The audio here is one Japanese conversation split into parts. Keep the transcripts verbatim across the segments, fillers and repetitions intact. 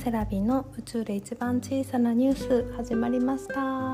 セラビの宇宙で一番小さなニュース始まりました。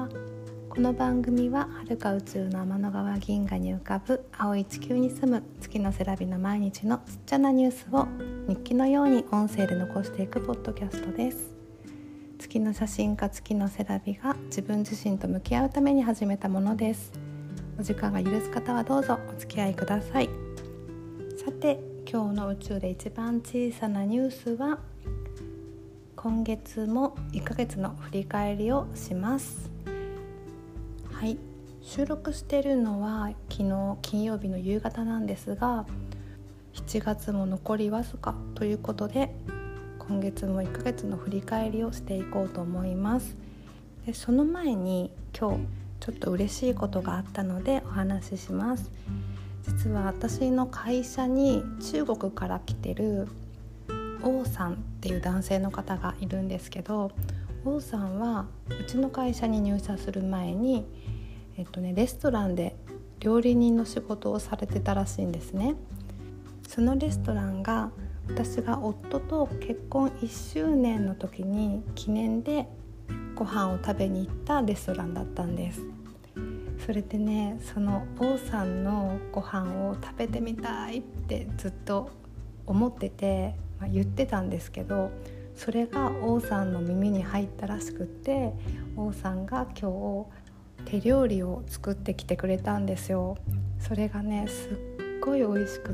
この番組は遥か宇宙の天の川銀河に浮かぶ青い地球に住む月のセラビの毎日のちっちゃなニュースを日記のように音声で残していくポッドキャストです。月の写真家月のセラビが自分自身と向き合うために始めたものです。お時間が許す方はどうぞお付き合いください。さて、今日の宇宙で一番小さなニュースは、今月もいっかげつの振り返りをします。はい、収録しているのは昨日金曜日の夕方なんですが、しちがつも残りわずかということで、今月もいっかげつの振り返りをしていこうと思います。でその前に今日ちょっと嬉しいことがあったのでお話しします。実は私の会社に中国から来てる王さんっていう男性の方がいるんですけど、王さんはうちの会社に入社する前に、えっとね、レストランで料理人の仕事をされてたらしいんですね。そのレストランが私が夫と結婚いっしゅうねんの時に記念でご飯を食べに行ったレストランだったんです。それでね、その王さんのご飯を食べてみたいってずっと思ってて、まあ、言ってたんですけど、それが王さんの耳に入ったらしくって、王さんが今日手料理を作ってきてくれたんですよ。それがね、すっごい美味しくって、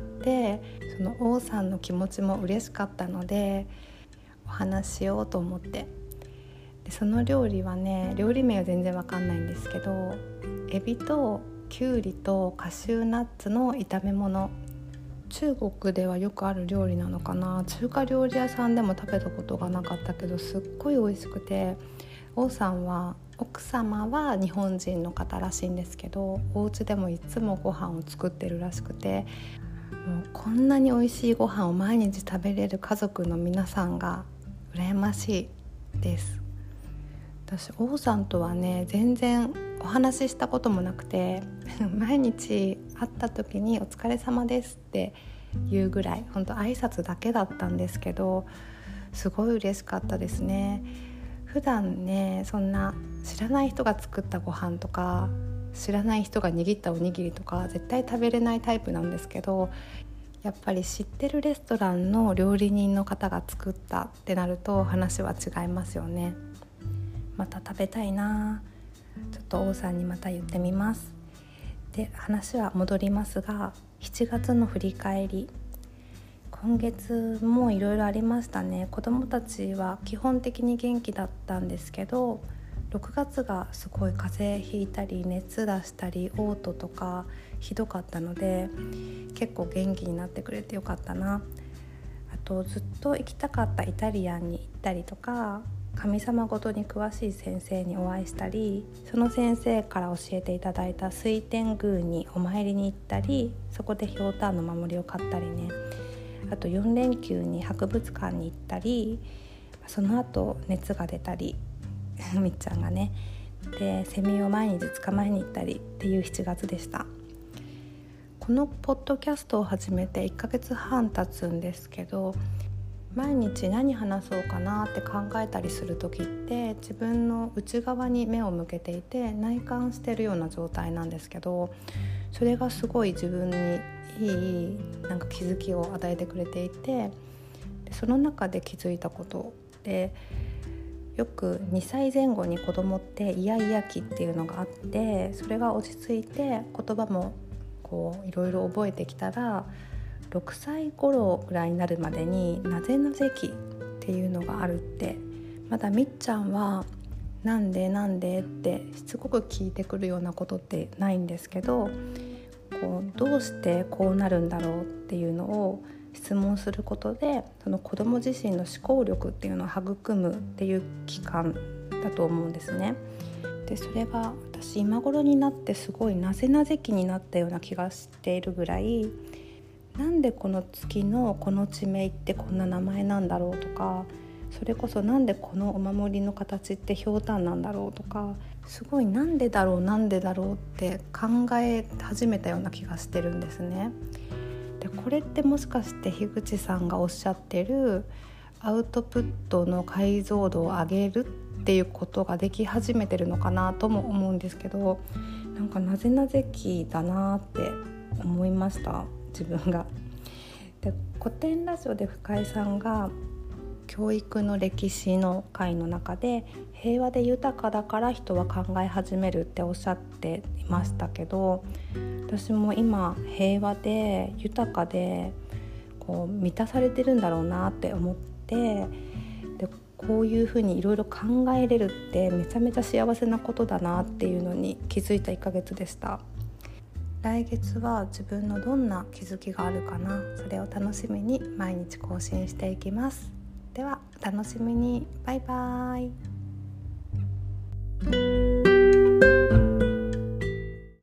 その王さんの気持ちも嬉しかったのでお話ししようと思って。でその料理はね、料理名は全然わかんないんですけど、エビとキュウリとカシューナッツの炒め物、中国ではよくある料理なのかな。中華料理屋さんでも食べたことがなかったけど、すっごい美味しくて、王さんは奥様は日本人の方らしいんですけど、お家でもいつもご飯を作ってるらしくて、もうこんなに美味しいご飯を毎日食べれる家族の皆さんが羨ましいです。私王さんとはね、全然お話ししたこともなくて毎日会った時にお疲れ様ですって言うぐらい、本当挨拶だけだったんですけど、すごい嬉しかったですね。普段ね、そんな知らない人が作ったご飯とか、知らない人が握ったおにぎりとか絶対食べれないタイプなんですけど、やっぱり知ってるレストランの料理人の方が作ったってなると話は違いますよね。また食べたいな。ちょっと王さんにまた言ってみます。で、話は戻りますが、しちがつの振り返り、今月もいろいろありましたね。子どもたちは基本的に元気だったんですけど、ろくがつがすごい風邪ひいたり熱出したり嘔吐とかひどかったので、結構元気になってくれてよかったな。あとずっと行きたかったイタリアンに行ったりとか、神様ごとに詳しい先生にお会いしたり、その先生から教えていただいた水天宮にお参りに行ったり、そこでひょうたんの守りを買ったりね。あとよんれんきゅうに博物館に行ったり、その後熱が出たりみっちゃんがね、でセミを毎日捕まえに行ったりっていうしちがつでした。このポッドキャストを始めていっかげつはん経つんですけど、毎日何話そうかなって考えたりする時って、自分の内側に目を向けていて内観してるような状態なんですけど、それがすごい自分にいいなんか気づきを与えてくれていて、でその中で気づいたことで、よくにさいぜん後に子供ってイヤイヤ期っていうのがあって、それが落ち着いて言葉もこういろいろ覚えてきたら、ろくさい頃ぐらいになるまでになぜなぜ期っていうのがあるって、まだみっちゃんはなんでなんでってしつこく聞いてくるようなことってないんですけど、こうどうしてこうなるんだろうっていうのを質問することで、その子ども自身の思考力っていうのを育むっていう期間だと思うんですね。でそれが私今頃になってすごいなぜなぜ期になったような気がしているぐらい、なんでこの月のこの地名ってこんな名前なんだろうとか、それこそなんでこのお守りの形ってひょうたんなんだろうとか、すごいなんでだろうなんでだろうって考え始めたような気がしてるんですね。でこれってもしかして樋口さんがおっしゃってるアウトプットの解像度を上げるっていうことができ始めてるのかなとも思うんですけど、なんかなぜなぜ期だなって思いました、自分が。で、古典ラジオで深井さんが教育の歴史の回の中で、平和で豊かだから人は考え始めるっておっしゃっていましたけど、私も今平和で豊かでこう満たされてるんだろうなって思って、でこういうふうにいろいろ考えれるってめちゃめちゃ幸せなことだなっていうのに気づいたいっかげつでした。来月は自分のどんな気づきがあるかな、それを楽しみに毎日更新していきます。ではお楽しみに。バイバイ。